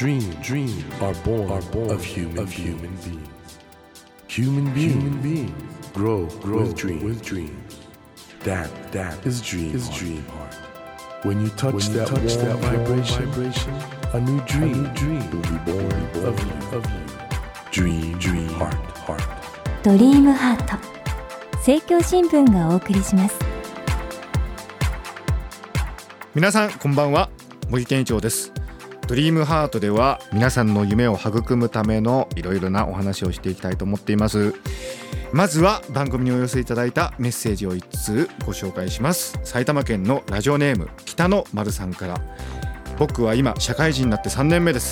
Dreams are born of human beings. Human beings grow with dreams. That is dream heart. When you touch that vibration, a new dream will be born of you. Dream heart. ドリームハート、政教新聞がお送りします。 皆さんこんばんは、茂木健一郎です。ドリームハートでは皆さんの夢を育むためのいろいろなお話をしていきたいと思っています。まずは番組にお寄せいただいたメッセージを1通ご紹介します。埼玉県のラジオネーム北野丸さんから。僕は今社会人になって3年目です。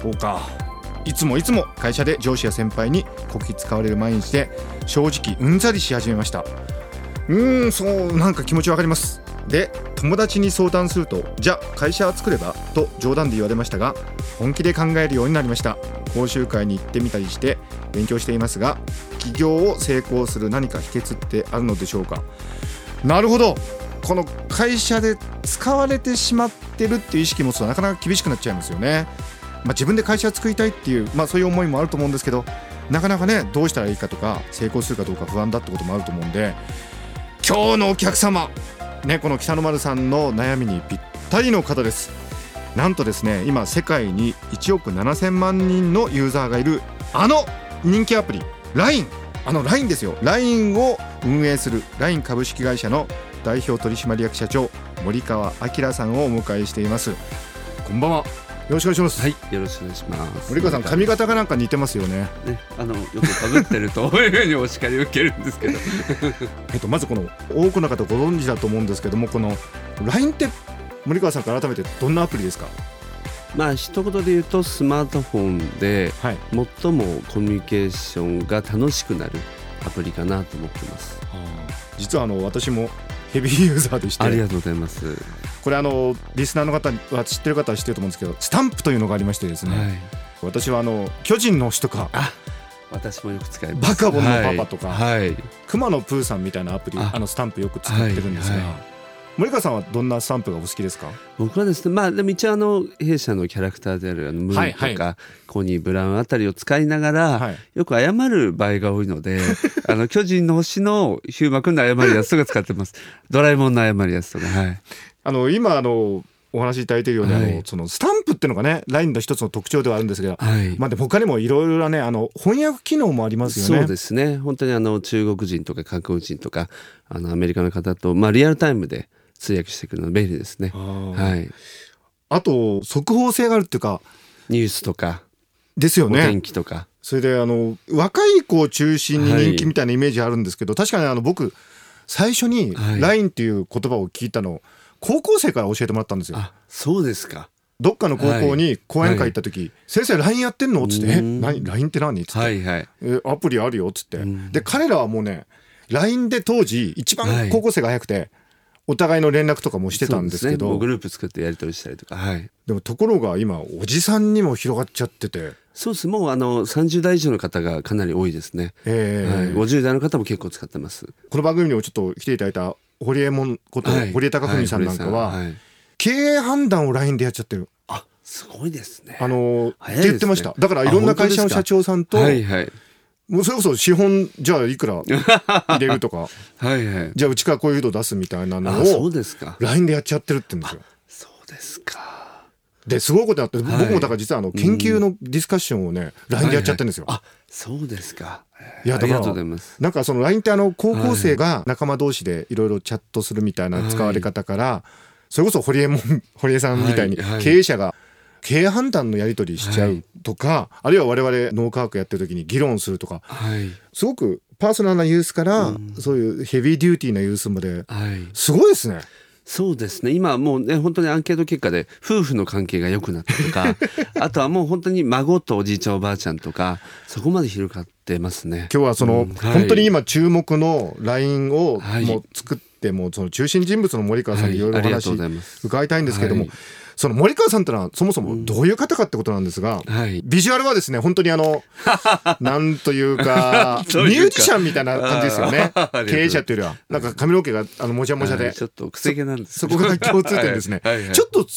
そうか、いつも会社で上司や先輩にこき使われる毎日で正直うんざりし始めました。そうなんか気持ちわかります。で、友達に相談すると、じゃあ会社作ればと冗談で言われましたが、本気で考えるようになりました。講習会に行ってみたりして勉強していますが、起業を成功する何か秘訣ってあるのでしょうか。なるほど、この会社で使われてしまってるっていう意識を持つとなかなか厳しくなっちゃいますよね。自分で会社を作りたいっていう、そういう思いもあると思うんですけど、なかなかね、どうしたらいいかとか成功するかどうか不安だってこともあると思うんで、今日のお客様ね、この北野丸さんの悩みにぴったりの方です。なんとですね、今世界に1億7000万人のユーザーがいるあの人気アプリ LINE、 LINE ですよ。 LINE を運営する LINE 株式会社の代表取締役社長森川明さんをお迎えしています。こんばんは、よろしくお願いします。 はい、よろしくお願いします。 森川さん、髪型がなんか似てますよね。 よく被ってるというふうにお叱りを受けるんですけどまずこの多くの方ご存知だと思うんですけども、この LINE って森川さんから改めてどんなアプリですか？ 一言で言うと、スマートフォンで最もコミュニケーションが楽しくなるアプリかなと思ってます。 実は私もヘビーユーザーでして。 ありがとうございます。 これリスナーの方は知ってる方は知ってると思うんですけど、スタンプというのがありましてですね、私は巨人の星とか、 私もよく使います。 バカボンのパパとか、クマのプーさんみたいなアプリ、スタンプよく使ってるんですが、森川さんはどんなスタンプがお好きですか？ 僕はですね、でも一応弊社のキャラクターであるムーンとか、コニー・ブラウンあたりを使いながら、よく謝る場合が多いので巨人の星のヒューマ君の謝るやつとか使ってます。ドラえもんの謝るやつとか、 今お話しいただいているように、そのスタンプっていうのがね LINE の一つの特徴ではあるんですけど、で他にもいろいろなね翻訳機能もありますよね。 そうですね、本当に中国人とか韓国人とかアメリカの方と、リアルタイムで通訳してくるの便利ですね。 あと速報性があるっていうか、 ニュースとかですよね、 お天気とか。 それで若い子を中心に人気みたいなイメージあるんですけど、確かに僕最初に LINE っていう言葉を聞いたの高校生から教えてもらったんですよ。 そうですか。 どっかの高校に講演会行った時、先生 LINE やってんのっつって、LINE って何っつって、アプリあるよっつって、で彼らはもうね LINE で当時一番高校生が早くて、お互いの連絡とかもしてたんですけど、 グループ作ってやり取りしたりとか、 でもところが今おじさんにも広がっちゃってて。 そうです、もう30代以上の方がかなり多いですね。50代の方も結構使ってます。 この番組にもちょっと来ていただいた堀江門こと、堀江貴文さんなんかは、経営判断を LINE でやっちゃってる。 すごいですね。 って言ってました。だからいろんな会社の社長さんと、もうそれこそ資本じゃあいくら入れるとかじゃあうちからこういうの出すみたいなのを LINE でやっちゃってるって言うんですよ。 そうですか。 ですごいことあって、僕もだから実は研究のディスカッションをね LINE でやっちゃってるんですよ。 そうですか。 いやだからなんかその LINE って高校生が仲間同士でいろいろチャットするみたいな使われ方から、それこそ堀江さんみたいに経営者が経営判断のやり取りしちゃうとか、あるいは我々脳科学やってる時に議論するとか、すごくパーソナルなユースから、そういうヘビーデューティーなユースまで、すごいですね。 そうですね、今もうね本当にアンケート結果で夫婦の関係が良くなったとかあとはもう本当に孫とおじいちゃんおばあちゃんとか、そこまで広がってますね。 今日はその、本当に今注目の LINE をもう作ってもその中心人物の森川さんにいろいろお話伺いたいんですけども、その森川さんってのはそもそもどういう方かってことなんですが、ビジュアルはですね本当になんというかミュージシャンみたいな感じですよね。経営者っていうよりはなんか髪の毛がもじゃもじゃで、 ちょっと癖毛なんです。 そこが共通点ですね。ちょっと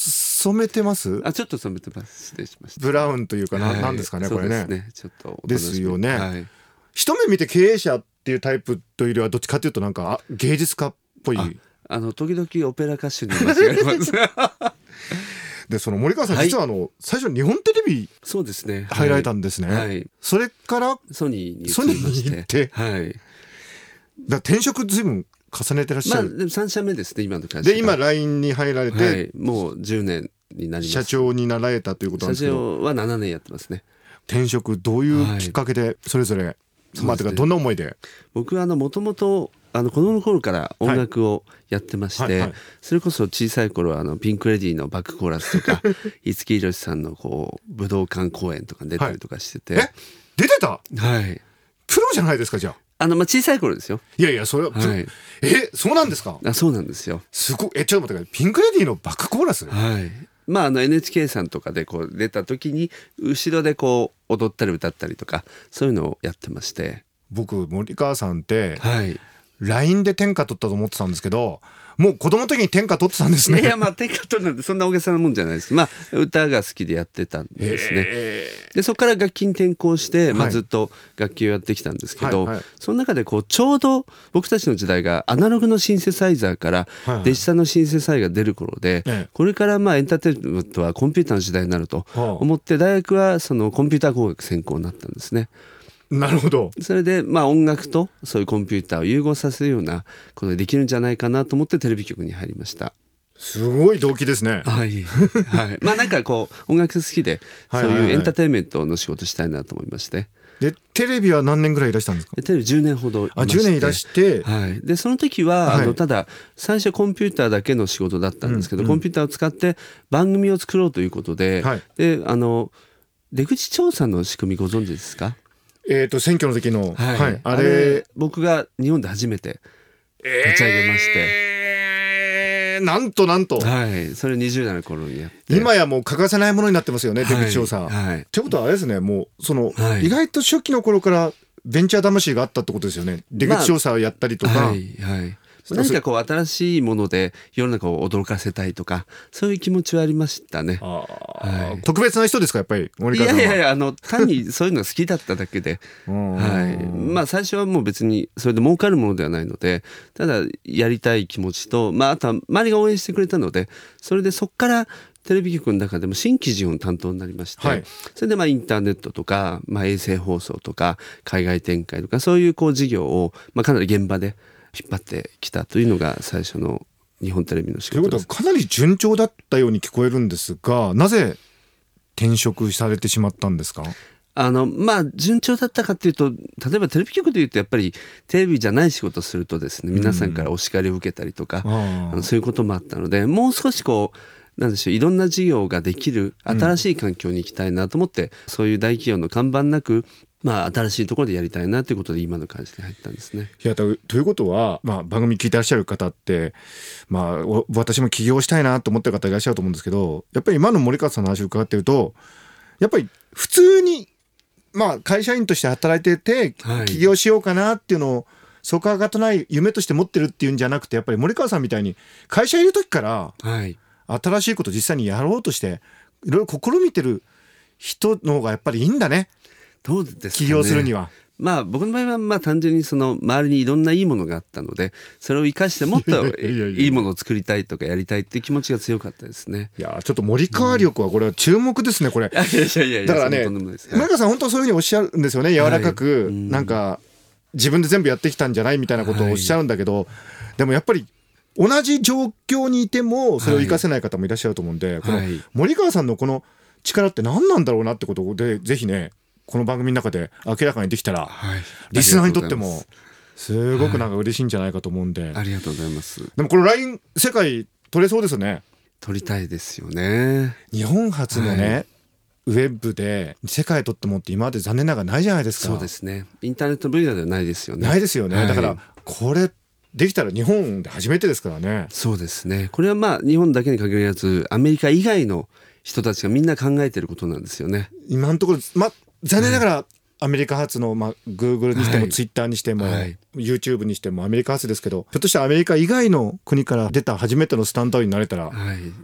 染めてます？ ちょっと染めてます。失礼しました。 ブラウンというかなんですかね、これね。 そうですね。ちょっとですよね。一目見て経営者っていうタイプというよりはどっちかというとなんか芸術家っぽい。 時々オペラ歌手に間違えます。 でその森川さん、実は最初日本テレビそうですね入られたんですね。それからソニーに移りまして、 だ転職ずいぶん重ねてらっしゃる。 でも3社目ですね、今の会社で今 LINE に入られて、 もう10年になります。 社長になられたということなんですけど、 社長は7年やってますね。 転職どういうきっかけでそれぞれ、どんな思いで？ 僕はもともと子供の頃から音楽をやってまして、それこそ小さい頃はピンク・レディーのバックコーラスとか五木ひろしさんの武道館公演とか出たりとかしてて、 出てた？ はい。 プロじゃないですか。じゃあ小さい頃ですよ。 いやそれは、そうなんですか？ そうなんですよ。 すごい。ちょっと待ってください。ピンク・レディーのバックコーラス？ NHK さんとかで出た時に後ろで踊ったり歌ったりとかそういうのをやってまして、 僕森川さんって、LINE で天下取ったと思ってたんですけど、もう子供の時に天下取ってたんですね。 いや天下取るなんてそんな大げさなもんじゃないです。歌が好きでやってたんですね。でそこから楽器に転向して、ずっと楽器をやってきたんですけど、その中でちょうど僕たちの時代がアナログのシンセサイザーからデジタルのシンセサイザーが出る頃で、これからエンターテインメントはコンピューターの時代になると思って、大学はそのコンピューター工学専攻になったんですね。 なるほど。 それで音楽とそういうコンピューターを融合させるようなことができるんじゃないかなと思ってテレビ局に入りました。 すごい動機ですね。 なんか音楽好きでそういうエンターテインメントの仕事したいなと思いまして。 でテレビは何年ぐらいいらしたんですか？ テレビ10年ほどいまして。 10年いらして、 でその時は、ただ最初コンピューターだけの仕事だったんですけど、コンピューターを使って番組を作ろうということで、で出口調査の仕組みご存知ですか？ 選挙の時の、 あれ僕が日本で初めて立ち上げまして、 なんと、 それ20代の頃にやって、 今やもう欠かせないものになってますよね、出口調査。ってことはあれですね、もう意外と初期の頃からベンチャー魂があったってことですよね。出口調査をやったりとか、 何か新しいもので世の中を驚かせたいとかそういう気持ちはありましたね。 特別な人ですか、やっぱり森川さんは？ いや単にそういうのが好きだっただけで最初はもう別にそれで儲かるものではないので、ただやりたい気持ちと、あとは周りが応援してくれたので、それでそこからテレビ局の中でも新規事業の担当になりまして、それでインターネットとか、衛星放送とか海外展開とかそういう事業を、かなり現場で引っ張ってきたというのが最初の日本テレビの仕事です。 ということはかなり順調だったように聞こえるんですが、なぜ転職されてしまったんですか？ 順調だったかというと、例えばテレビ局でいうとやっぱりテレビじゃない仕事をするとですね、皆さんからお叱りを受けたりとか、そういうこともあったので、もう少しなんでしょう、いろんな事業ができる新しい環境に行きたいなと思って、そういう大企業の看板なく新しいところでやりたいなということで今の会社に入ったんですね。 いやということは、番組聞いてらっしゃる方って、私も起業したいなと思ってる方いらっしゃると思うんですけど、やっぱり今の森川さんの話を伺ってると、やっぱり普通に会社員として働いてて起業しようかなっていうのをそこはがとない夢として持ってるっていうんじゃなくて、やっぱり森川さんみたいに会社いる時から新しいことを実際にやろうとしていろいろ試みてる人の方がやっぱりいいんだね。 どうですかね、 起業するには。 僕の場合は単純にその周りにいろんないいものがあったので、それを生かしてもっといいものを作りたいとかやりたいっていう気持ちが強かったですね。 いやちょっと森川力はこれは注目ですね、これ。だからね、森川さん本当そういうふうにおっしゃるんですよね。柔らかく、なんか自分で全部やってきたんじゃないみたいなことをおっしゃるんだけど、でもやっぱり同じ状況にいてもそれを生かせない方もいらっしゃると思うんで、この森川さんのこの力って何なんだろうなってことで、ぜひねこの番組の中で明らかにできたら、リスナーにとってもすごくなんか嬉しいんじゃないかと思うんで、 ありがとうございます。 でもこの LINE 世界取れそうですね。 取りたいですよね。 日本初のね、ウェブで世界取ってもって今まで残念ながらないじゃないですか。 そうですね、インターネット分野ではないですよね。 ないですよね、だからこれできたら日本で初めてですからね。 そうですね、これは日本だけに限らずアメリカ以外の人たちがみんな考えてることなんですよね。 今のところ残念ながらアメリカ発のGoogle にしても Twitter にしても YouTube にしてもアメリカ発ですけど、ひょっとしたらアメリカ以外の国から出た初めてのスタンダードになれたら、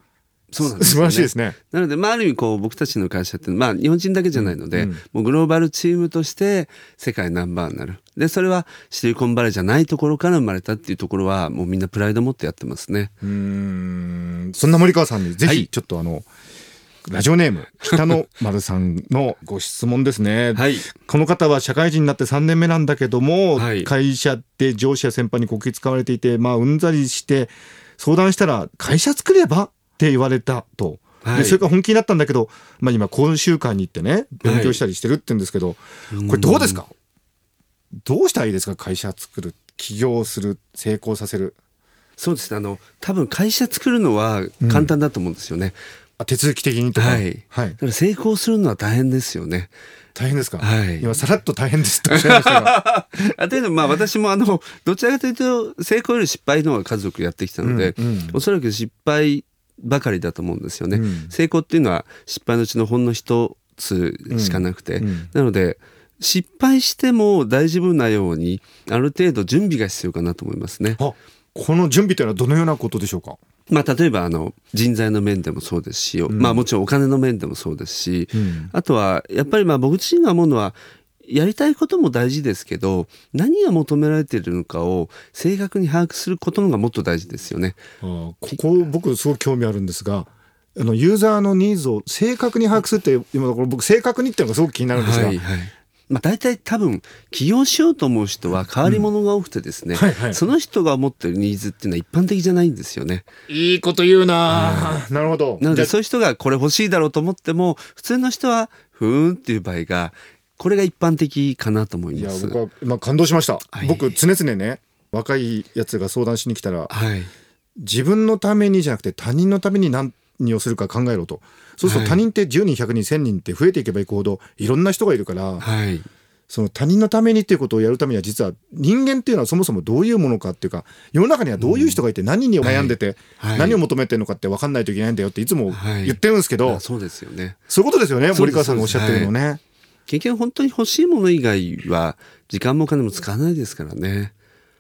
そうなんです素晴らしいですね。 なので、ある意味こう僕たちの会社って日本人だけじゃないので、もうグローバルチームとして世界ナンバーになる。でそれはシリコンバレーじゃないところから生まれたっていうところはもうみんなプライド持ってやってますね。 そんな森川さんにぜひちょっとラジオネーム北野丸さんのご質問ですね。 はい、 この方は社会人になって3年目なんだけども、 はい、 会社で上司や先輩にこき使われていて、うんざりして相談したら会社作ればって言われたと。でそれから本気になったんだけど、今講習会に行ってね勉強したりしてるって言うんですけど、これどうですか？どうしたらいいですか？会社作る、起業する、成功させる。 そうですね、多分会社作るのは簡単だと思うんですよね。 手続き的にとか、 だから成功するのは大変ですよね。 大変ですか？ はい、 今さらっと大変ですとおっしゃいましたがというのも私もどちらかというと成功より失敗の方が数多くやってきたので、おそらく失敗ばかりだと思うんですよね。成功っていうのは失敗のうちのほんの一つしかなくて、なので失敗しても大丈夫なようにある程度準備が必要かなと思いますね。 この準備というのはどのようなことでしょうか？ 例えば人材の面でもそうですし、もちろんお金の面でもそうですし、あとはやっぱり僕自身が思うのはやりたいことも大事ですけど、何が求められているのかを正確に把握することのがもっと大事ですよね。 ここ僕すごく興味あるんですが、ユーザーのニーズを正確に把握するって今のところ僕正確にっていうのがすごく気になるんですが、 大体多分起業しようと思う人は変わり者が多くてですね、その人が持っているニーズっていうのは一般的じゃないんですよね。 いいこと言うな、なるほど。 なのでそういう人がこれ欲しいだろうと思っても普通の人はふーんっていう場合がこれが一般的かなと思います。 いや僕は今感動しました。僕常々ね若いやつが相談しに来たら、自分のためにじゃなくて他人のために何をするか考えろと。そうすると他人って10人100人1000人って増えていけばいくほどいろんな人がいるから、その他人のためにっていうことをやるためには実は人間っていうのはそもそもどういうものかっていうか、世の中にはどういう人がいて何に悩んでて何を求めてるのかって分かんないといけないんだよっていつも言ってるんですけど、 そうですよね。 そういうことですよね、森川さんがおっしゃってるのね。 結局本当に欲しいもの以外は時間もお金も使わないですからね。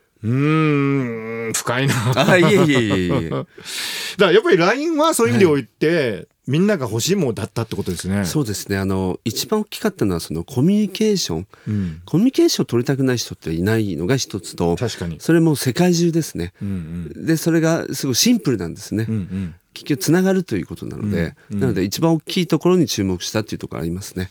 深いな。 いえ。 だからやっぱり LINE はそういう意味でおいて、みんなが欲しいものだったってことですね。 そうですね。一番大きかったのはそのコミュニケーション、コミュニケーションを取りたくない人っていないのが一つと、 確かにそれも世界中ですね。でそれがすごいシンプルなんですね。結局つながるということなので、なので一番大きいところに注目したっていうところありますね。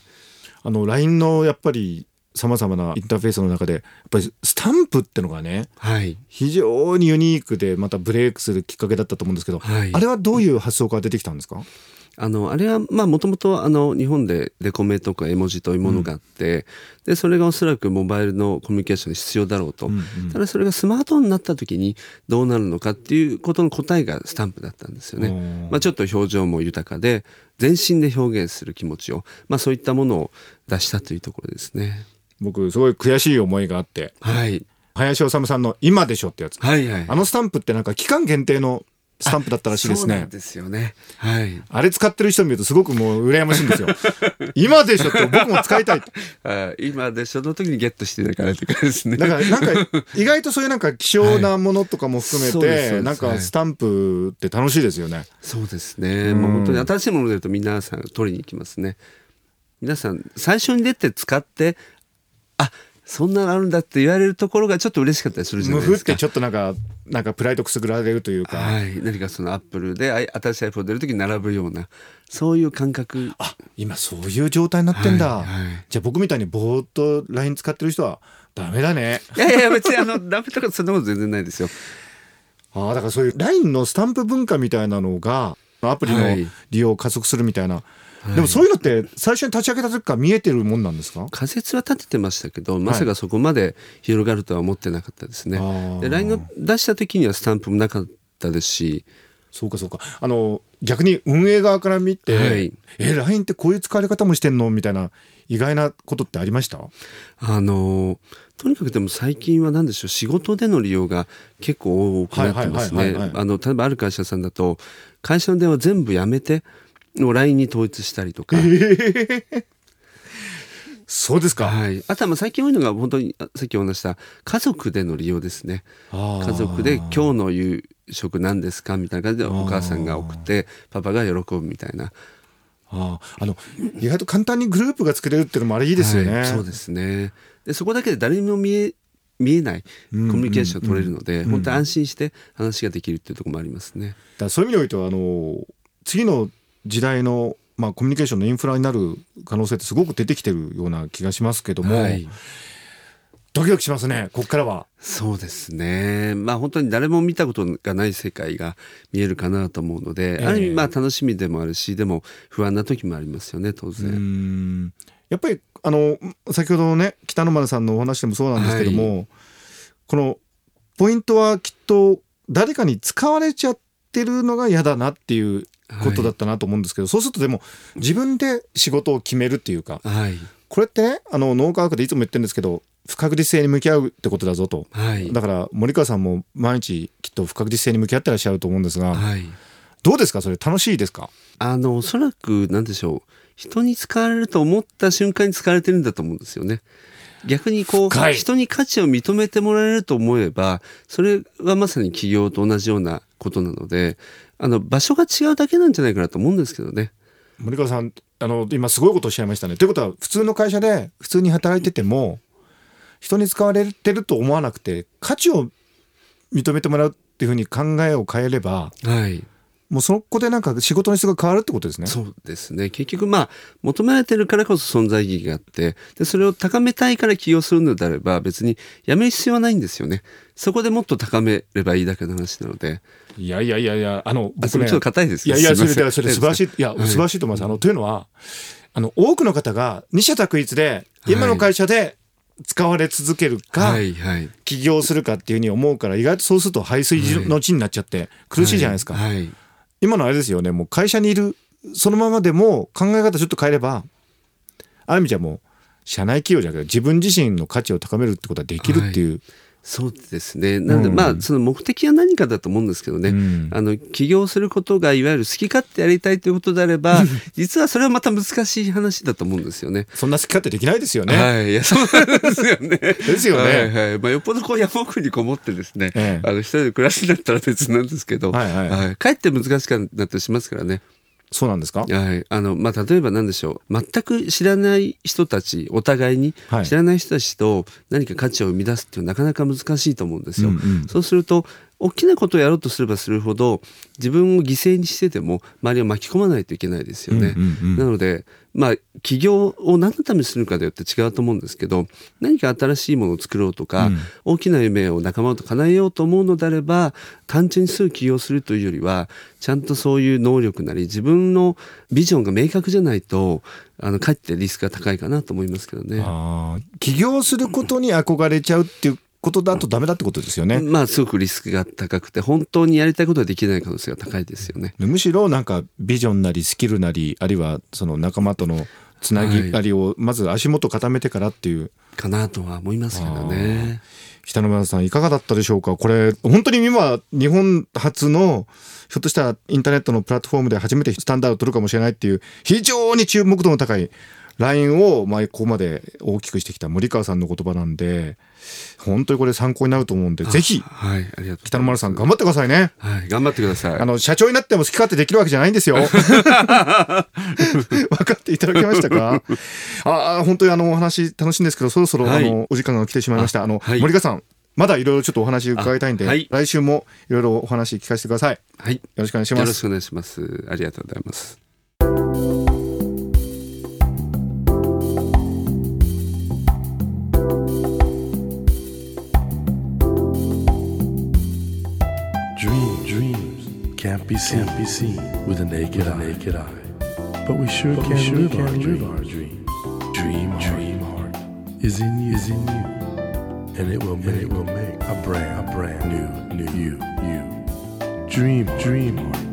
LINE のやっぱりさまざまなインターフェースの中でやっぱりスタンプってのがね、非常にユニークでまたブレイクするきっかけだったと思うんですけど、あれはどういう発想から出てきたんですか？ あれはもともと日本でデコメとか絵文字というものがあって、でそれがおそらくモバイルのコミュニケーションに必要だろうと、ただそれがスマートフォンになった時にどうなるのかっていうことの答えがスタンプだったんですよね。ちょっと表情も豊かで全身で表現する気持ちを、そういったものを出したというところですね。 僕すごい悔しい思いがあって、林修さんの今でしょってやつ、あのスタンプってなんか期間限定のスタンプだったらしいですね。 そうなんですよね。 あれ使ってる人見るとすごくもう羨ましいんですよ。今でしょって僕も使いたいと。 今でしょの時にゲットしていただかないといけないですね。 だからなんか意外とそういうなんか希少なものとかも含めて、なんかスタンプって楽しいですよね。 そうですね。もう本当に新しいものが出ると皆さん取りに行きますね。皆さん最初に出て使ってそんなのあるんだって言われるところがちょっと嬉しかったりするじゃないですか。 無風ってちょっとなんかプライドくすぐられるというか、 何かそのアップルで新しい iPhone 出るときに並ぶようなそういう感覚。 今そういう状態になってんだ。じゃあ僕みたいにぼーっと LINE 使ってる人はダメだね。 いや別にダメとかそんなこと全然ないですよ。 だからそういう LINE のスタンプ文化みたいなのがアプリの利用を加速するみたいな、でもそういうのって最初に立ち上げた時から見えてるもんなんですか？ 仮説は立ててましたけど、まさかそこまで広がるとは思ってなかったですね。で LINE を出した時にはスタンプもなかったですし。 そうか逆に運営側から見て、LINE ってこういう使われ方もしてんのみたいな意外なことってありました？ とにかくでも最近は何でしょう、仕事での利用が結構多くなってますね。例えばある会社さんだと会社の電話全部やめてLINE に統一したりとか。 そうですか。 あとは最近多いのが本当にさっきお話した家族での利用ですね。家族で今日の夕食なんですかみたいな感じでお母さんが送ってパパが喜ぶみたいな。 意外と簡単にグループが作れるっていうのもあれいいですよね。 そうですね。でそこだけで誰にも見えないコミュニケーションを取れるので、本当に安心して話ができるっていうところもありますね。 だからそういう意味においては次の時代の、コミュニケーションのインフラになる可能性ってすごく出てきてるような気がしますけども、ドキドキしますね、ここからは。 そうですね。本当に誰も見たことがない世界が見えるかなと思うので、ある意味楽しみでもあるし、でも不安な時もありますよね、当然。 やっぱり先ほどね北の丸さんのお話でもそうなんですけども、このポイントはきっと誰かに使われちゃってるのが嫌だなっていうことだったなと思うんですけど、そうするとでも自分で仕事を決めるっていうか、これってね脳科学でいつも言ってるんですけど、不確実性に向き合うってことだぞと、だから森川さんも毎日きっと不確実性に向き合ってらっしゃると思うんですが、どうですか、それ楽しいですか？ おそらく何でしょう、人に使われると思った瞬間に使われてるんだと思うんですよね。逆に人に価値を認めてもらえると思えば、それはまさに企業と同じようなことなので、場所が違うだけなんじゃないかなと思うんですけどね。 森川さん今すごいことをおっしゃいましたね。ということは普通の会社で普通に働いてても人に使われてると思わなくて、価値を認めてもらうっていうふうに考えを変えれば、もうそこでなんか仕事の質が変わるってことですね。 そうですね。結局求められてるからこそ存在意義があって、でそれを高めたいから起業するのであれば別にやめる必要はないんですよね。そこでもっと高めればいいだけの話なので。 いや僕ね、ちょっと硬いですけど、 それ素晴らしい、素晴らしいと思います。というのは多くの方が二者択一で今の会社で使われ続けるか、起業するかっていうふうに思うから、意外とそうすると背水の地になっちゃって苦しいじゃないですか。今のあれですよね、もう会社にいるそのままでも考え方ちょっと変えれば、ある意味じゃもう社内企業じゃなくて自分自身の価値を高めるってことはできるっていう、 そうですね。なのでその目的は何かだと思うんですけどね、起業することがいわゆる好き勝手やりたいということであれば実はそれはまた難しい話だと思うんですよね。 そんな好き勝手できないですよね。 いやそうなんですよね。 ですよね。 よっぽど山奥にこもってですね、一人で暮らしだったら別なんですけど、かえって難しくなったりしますからね。 そうなんですか？ 例えば何でしょう、全く知らない人たち、お互いに知らない人たちと何か価値を生み出すっていうのはなかなか難しいと思うんですよ。そうすると大きなことをやろうとすればするほど自分を犠牲にしてでも周りを巻き込まないといけないですよね。なので起業を何のためにするかによって違うと思うんですけど、何か新しいものを作ろうとか、大きな夢を仲間と叶えようと思うのであれば、単純にすぐ起業するというよりはちゃんとそういう能力なり自分のビジョンが明確じゃないとかえってリスクが高いかなと思いますけどね。 起業することに憧れちゃうっていうことだとダメだってことですよね。 すごくリスクが高くて本当にやりたいことはできない可能性が高いですよね。 むしろなんかビジョンなりスキルなり、あるいはその仲間とのつなぎありをまず足元固めてからっていうかなとは思いますけどね。 北野村さんいかがだったでしょうか？これ本当に今日本初のひょっとしたらインターネットのプラットフォームで初めてスタンダードを取るかもしれないっていう非常に注目度の高いLINE をここまで大きくしてきた森川さんの言葉なんで、本当にこれ参考になると思うんで、ぜひ北野丸さん頑張ってくださいね。 頑張ってください。 社長になっても好き勝手できるわけじゃないんですよ。分かっていただけましたか？本当にお話楽しいんですけど、そろそろお時間が来てしまいました。森川さんまだいろいろちょっとお話伺いたいんで、来週もいろいろお話聞かせてください。よろしくお願いします。 よろしくお願いします。ありがとうございます。 Dreams can't be seen with a naked eye. But we sure can live our dreams. Dream heart is in you. And it will make a brand new you. Dream heart.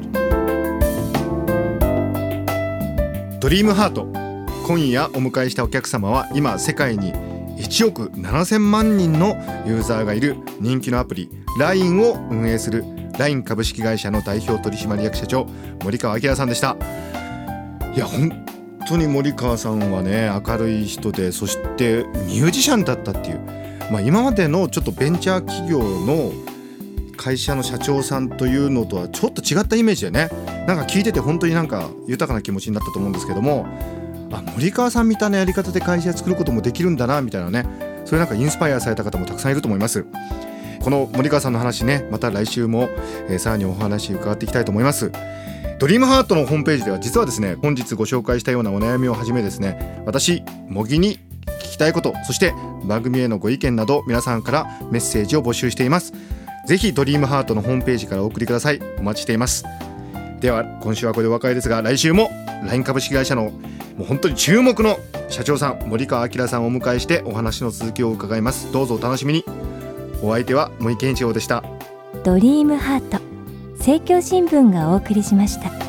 ドリームハート。今夜お迎えしたお客様は今世界に1億7000万人のユーザーがいる人気のアプリ LINE を運営する LINE 株式会社の代表取締役社長森川明さんでした。いや本当に森川さんはね明るい人で、そしてミュージシャンだったっていう、今までのちょっとベンチャー企業の会社の社長さんというのとはちょっと違ったイメージでね、なんか聞いてて本当になんか豊かな気持ちになったと思うんですけども、森川さんみたいなやり方で会社作ることもできるんだなみたいなね、そういうなんかインスパイアされた方もたくさんいると思います。この森川さんの話ね、また来週も、さらにお話伺っていきたいと思います。ドリームハートのホームページでは実はですね、本日ご紹介したようなお悩みをはじめですね、私茂木に聞きたいこと、そして番組へのご意見など皆さんからメッセージを募集しています。ぜひドリームハートのホームページからお送りください。お待ちしています。では今週はこれでお別れですが、来週も LINE 株式会社のもう本当に注目の社長さん森川明さんをお迎えしてお話の続きを伺います。どうぞお楽しみに。お相手は森健一郎でした。 ドリームハート、政教新聞がお送りしました。